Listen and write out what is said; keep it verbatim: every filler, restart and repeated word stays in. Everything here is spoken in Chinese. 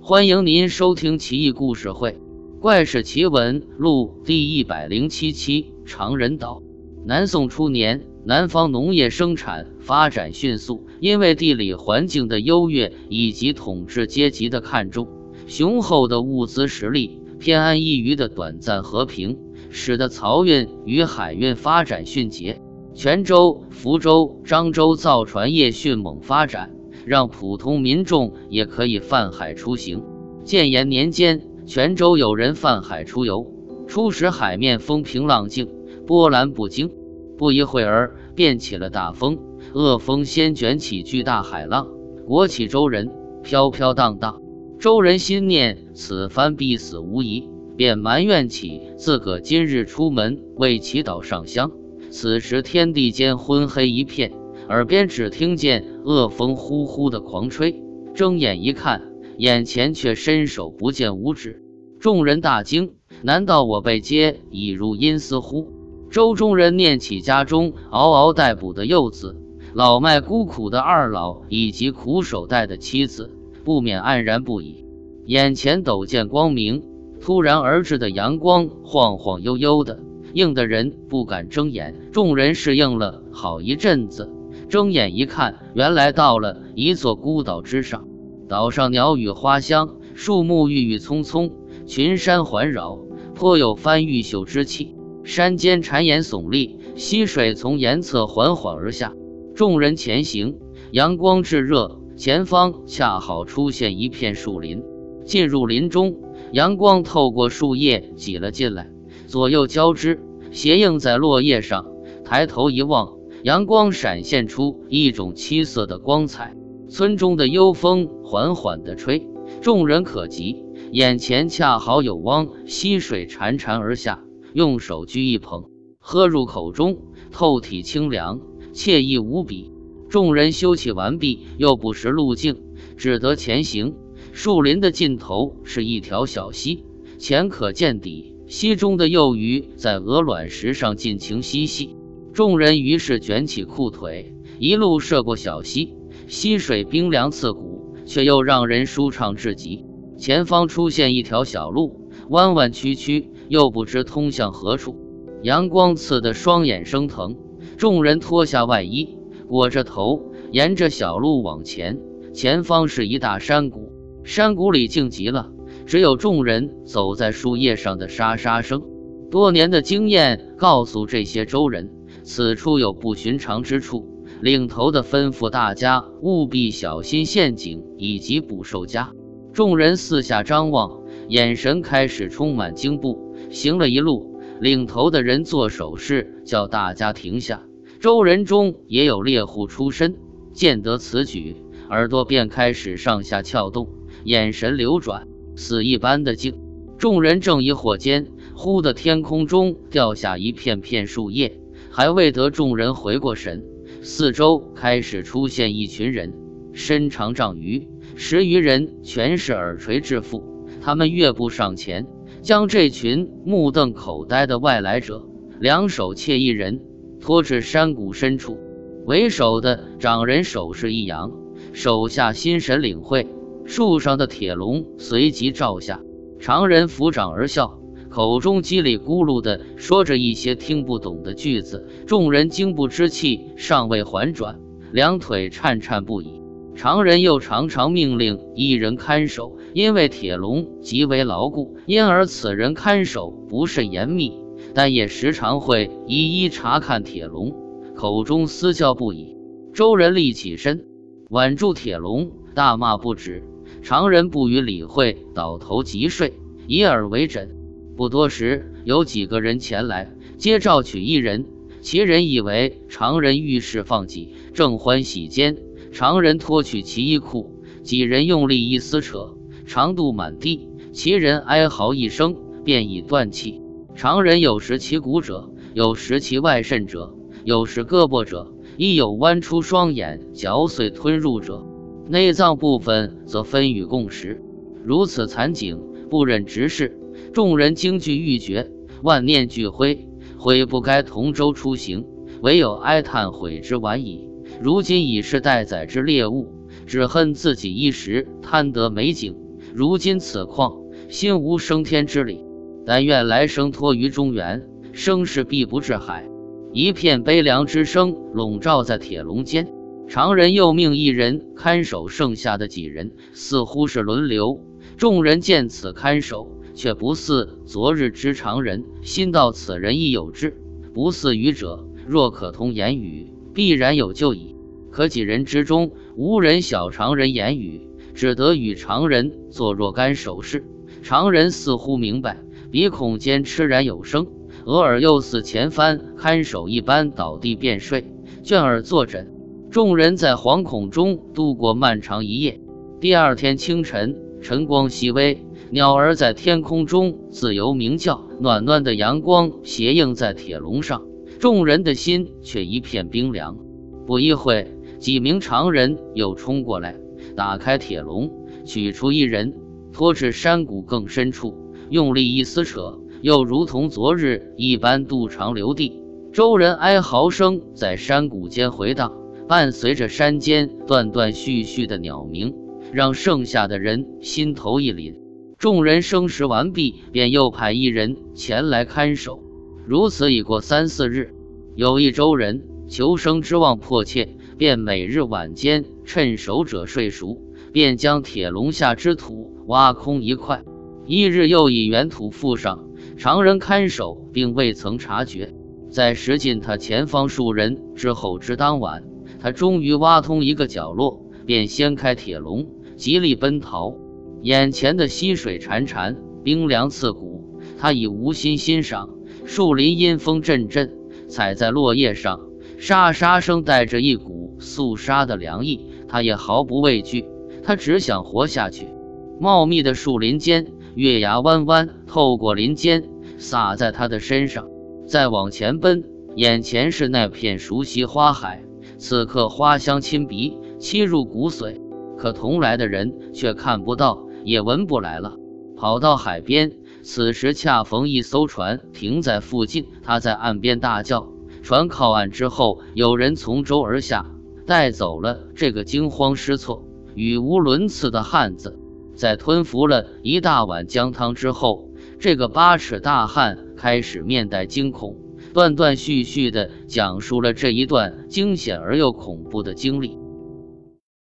欢迎您收听奇异故事会《怪事奇闻录》第一百零七期。常人岛。南宋初年，南方农业生产发展迅速，因为地理环境的优越以及统治阶级的看重，雄厚的物资实力，偏安一隅的短暂和平，使得漕运与海运发展迅捷。泉州、福州、漳州造船业迅猛发展，让普通民众也可以泛海出行。建炎年间，泉州有人泛海出游，初时海面风平浪静，波澜不惊，不一会儿便起了大风，恶风先卷起巨大海浪，裹起舟人，飘飘荡荡。舟人心念此番必死无疑，便埋怨起自个今日出门为祈祷上香。此时天地间昏黑一片，耳边只听见恶风呼呼的狂吹，睁眼一看，眼前却伸手不见五指。众人大惊，难道我被接已入阴司乎？舟中人念起家中嗷嗷待哺的幼子，老迈孤苦的二老以及苦守待的妻子，不免黯然不已。眼前陡见光明，突然而至的阳光晃晃悠悠的，映得人不敢睁眼。众人适应了好一阵子，睁眼一看，原来到了一座孤岛之上。岛上鸟语花香，树木郁郁葱葱，群山环绕，颇有番玉秀之气。山间谗岩耸立，溪水从岩侧缓缓而下。众人前行，阳光炙热，前方恰好出现一片树林。进入林中，阳光透过树叶挤了进来，左右交织，斜映在落叶上。抬头一望，阳光闪现出一种七色的光彩。村中的幽风缓缓地吹，众人可及，眼前恰好有汪溪水潺潺而下，用手掬一捧，喝入口中，透体清凉，惬意无比。众人休憩完毕，又不识路径，只得前行。树林的尽头是一条小溪，浅可见底，溪中的幼鱼在鹅卵石上尽情嬉戏。众人于是卷起裤腿，一路涉过小溪，溪水冰凉刺骨，却又让人舒畅至极。前方出现一条小路，弯弯曲曲，又不知通向何处。阳光刺得双眼生疼，众人脱下外衣，裹着头，沿着小路往前。前方是一大山谷，山谷里静极了，只有众人走在树叶上的沙沙声。多年的经验告诉这些舟人，此处有不寻常之处。领头的吩咐大家务必小心陷阱以及捕兽夹。众人四下张望，眼神开始充满惊怖。行了一路，领头的人做手势叫大家停下。舟人中也有猎户出身，见得此举，耳朵便开始上下撬动，眼神流转，死一般的静。众人正疑惑间，忽的天空中掉下一片片树叶，还未得众人回过神，四周开始出现一群人，身长丈余，十余人全是耳垂之妇。他们跃步上前，将这群目瞪口呆的外来者，两手切一人，拖至山谷深处。为首的长人手势一扬，手下心神领会，树上的铁笼随即照下。常人抚掌而笑，口中叽里咕噜地说着一些听不懂的句子。众人惊不知气，尚未缓转，两腿颤颤不已。常人又常常命令一人看守，因为铁笼极为牢固，因而此人看守不甚严密，但也时常会一一查看铁笼，口中嘶叫不已。舟人立起身，挽住铁笼，大骂不止。常人不予理会，倒头即睡，以耳为枕。不多时，有几个人前来，皆召取一人。其人以为常人遇事放己，正欢喜间，常人脱去其衣裤，几人用力一撕扯，长度满地。其人哀嚎一声，便已断气。常人有时其骨者，有时其外肾者，有时胳膊者，亦有剜出双眼，嚼碎吞入者。内脏部分则分与共食。如此惨景，不忍直视，众人惊惧欲绝，万念俱灰，悔不该同舟出行，唯有哀叹悔之晚矣。如今已是待宰之猎物，只恨自己一时贪得美景， 如今此况，心无升天之理，但愿来生托于中原，生事必不至海。一片悲凉之声笼罩在铁笼间。常人又命一人看守剩下的几人，似乎是轮流。众人见此看守，却不似昨日之常人，心道此人亦有之，不似愚者，若可通言语，必然有救矣。可几人之中，无人晓常人言语，只得与常人做若干手势。常人似乎明白，鼻孔间痴然有声，额尔又似前番看守一般倒地便睡，倦耳坐枕。众人在惶恐中度过漫长一夜。第二天清晨，晨光熹微，鸟儿在天空中自由鸣叫，暖暖的阳光斜映在铁笼上，众人的心却一片冰凉。不一会，几名常人又冲过来，打开铁笼，取出一人，拖至山谷更深处，用力一撕扯，又如同昨日一般肚肠流地。周人哀嚎声在山谷间回荡，伴随着山间断断续续的鸟鸣，让剩下的人心头一凛。众人生食完毕，便又派一人前来看守。如此已过三四日，有一周人求生之望迫切，便每日晚间趁守者睡熟，便将铁笼下之土挖空一块，一日又以原土覆上。常人看守并未曾察觉。在食尽他前方数人之后之当晚，他终于挖通一个角落，便掀开铁笼，极力奔逃。眼前的溪水潺潺，冰凉刺骨，他已无心欣赏。树林阴风阵阵，踩在落叶上，沙沙声带着一股肃杀的凉意，他也毫不畏惧，他只想活下去。茂密的树林间，月牙弯弯透过林间，洒在他的身上。再往前奔，眼前是那片熟悉花海，此刻花香侵鼻，沏入骨髓，可同来的人却看不到，也闻不来了。跑到海边，此时恰逢一艘船停在附近，他在岸边大叫。船靠岸之后，有人从舟而下，带走了这个惊慌失措、语无伦次的汉子。在吞服了一大碗姜汤之后，这个八尺大汉开始面带惊恐，断断续续地讲述了这一段惊险而又恐怖的经历。